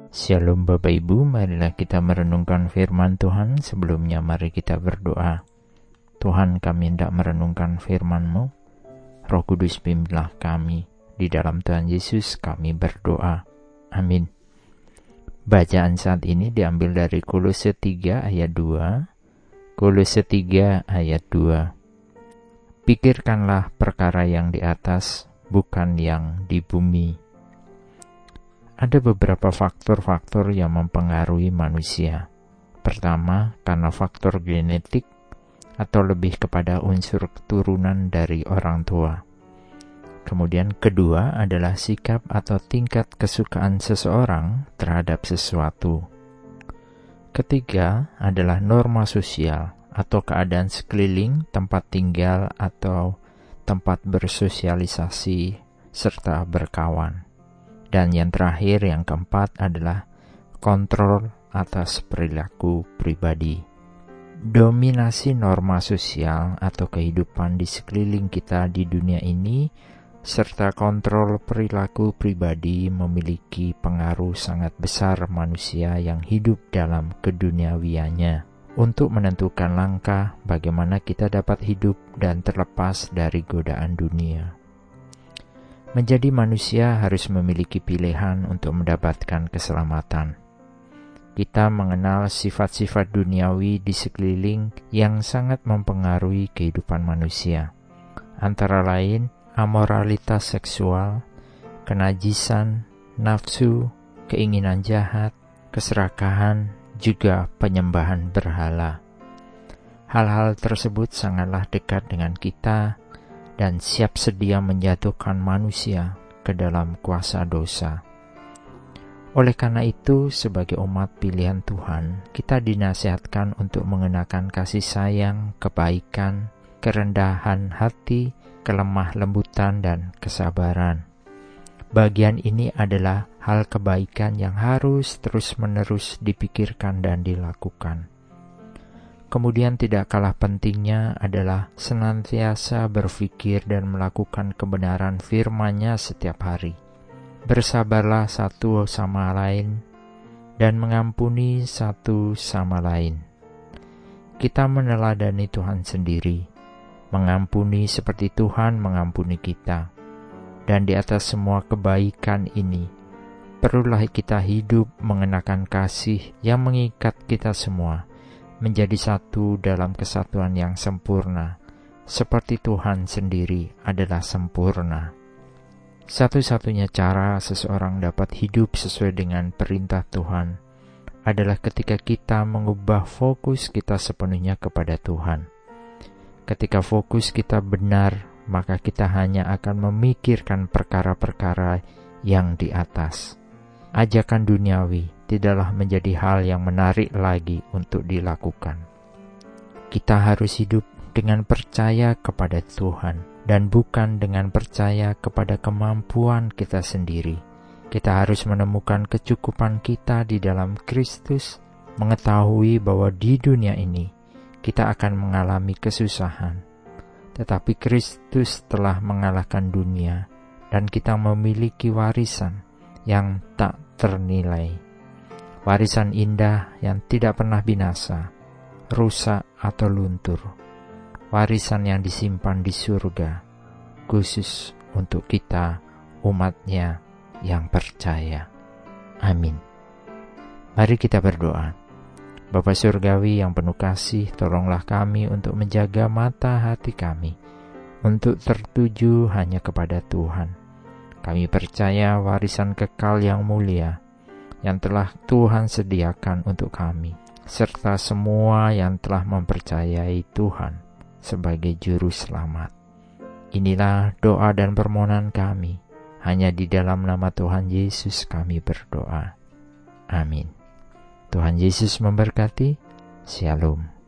Shalom Bapak Ibu, marilah kita merenungkan firman Tuhan. Sebelumnya mari kita berdoa. Tuhan, kami hendak merenungkan firman-Mu. Roh Kudus bimbinglah kami. Di dalam Tuhan Yesus kami berdoa. Amin. Bacaan saat ini diambil dari Kolose 3 ayat 2. Kolose 3 ayat 2. Pikirkanlah perkara yang di atas, bukan yang di bumi. Ada beberapa faktor-faktor yang mempengaruhi manusia. Pertama, karena faktor genetik atau lebih kepada unsur keturunan dari orang tua. Kemudian kedua adalah sikap atau tingkat kesukaan seseorang terhadap sesuatu. Ketiga adalah norma sosial atau keadaan sekeliling, tempat tinggal atau tempat bersosialisasi serta berkawan. Dan yang terakhir, yang keempat adalah kontrol atas perilaku pribadi. Dominasi norma sosial atau kehidupan di sekeliling kita di dunia ini, serta kontrol perilaku pribadi memiliki pengaruh sangat besar manusia yang hidup dalam keduniawiannya untuk menentukan langkah bagaimana kita dapat hidup dan terlepas dari godaan dunia. Menjadi manusia harus memiliki pilihan untuk mendapatkan keselamatan. Kita mengenal sifat-sifat duniawi di sekeliling yang sangat mempengaruhi kehidupan manusia. Antara lain, amoralitas seksual, kenajisan, nafsu, keinginan jahat, keserakahan, juga penyembahan berhala. Hal-hal tersebut sangatlah dekat dengan kita dan siap sedia menjatuhkan manusia ke dalam kuasa dosa. Oleh karena itu, sebagai umat pilihan Tuhan, kita dinasihatkan untuk mengenakan kasih sayang, kebaikan, kerendahan hati, kelemah lembutan, dan kesabaran. Bagian ini adalah hal kebaikan yang harus terus-menerus dipikirkan dan dilakukan. Kemudian tidak kalah pentingnya adalah senantiasa berpikir dan melakukan kebenaran firman-Nya setiap hari. Bersabarlah satu sama lain dan mengampuni satu sama lain. Kita meneladani Tuhan sendiri, mengampuni seperti Tuhan mengampuni kita. Dan di atas semua kebaikan ini, perlulah kita hidup mengenakan kasih yang mengikat kita semua menjadi satu dalam kesatuan yang sempurna, seperti Tuhan sendiri adalah sempurna. Satu-satunya cara seseorang dapat hidup sesuai dengan perintah Tuhan adalah ketika kita mengubah fokus kita sepenuhnya kepada Tuhan. Ketika fokus kita benar, maka kita hanya akan memikirkan perkara-perkara yang di atas. Ajakan duniawi tidaklah menjadi hal yang menarik lagi untuk dilakukan. Kita harus hidup dengan percaya kepada Tuhan dan bukan dengan percaya kepada kemampuan kita sendiri. Kita harus menemukan kecukupan kita di dalam Kristus, mengetahui bahwa di dunia ini kita akan mengalami kesusahan. Tetapi Kristus telah mengalahkan dunia dan kita memiliki warisan yang tak ternilai. Warisan indah yang tidak pernah binasa, rusak atau luntur. Warisan yang disimpan di surga, khusus untuk kita, umat-Nya yang percaya. Amin. Mari kita berdoa. Bapa Surgawi yang penuh kasih, tolonglah kami untuk menjaga mata hati kami, untuk tertuju hanya kepada Tuhan. Kami percaya warisan kekal yang mulia yang telah Tuhan sediakan untuk kami, serta semua yang telah mempercayai Tuhan sebagai Juru Selamat. Inilah doa dan permohonan kami, hanya di dalam nama Tuhan Yesus kami berdoa. Amin. Tuhan Yesus memberkati. Shalom.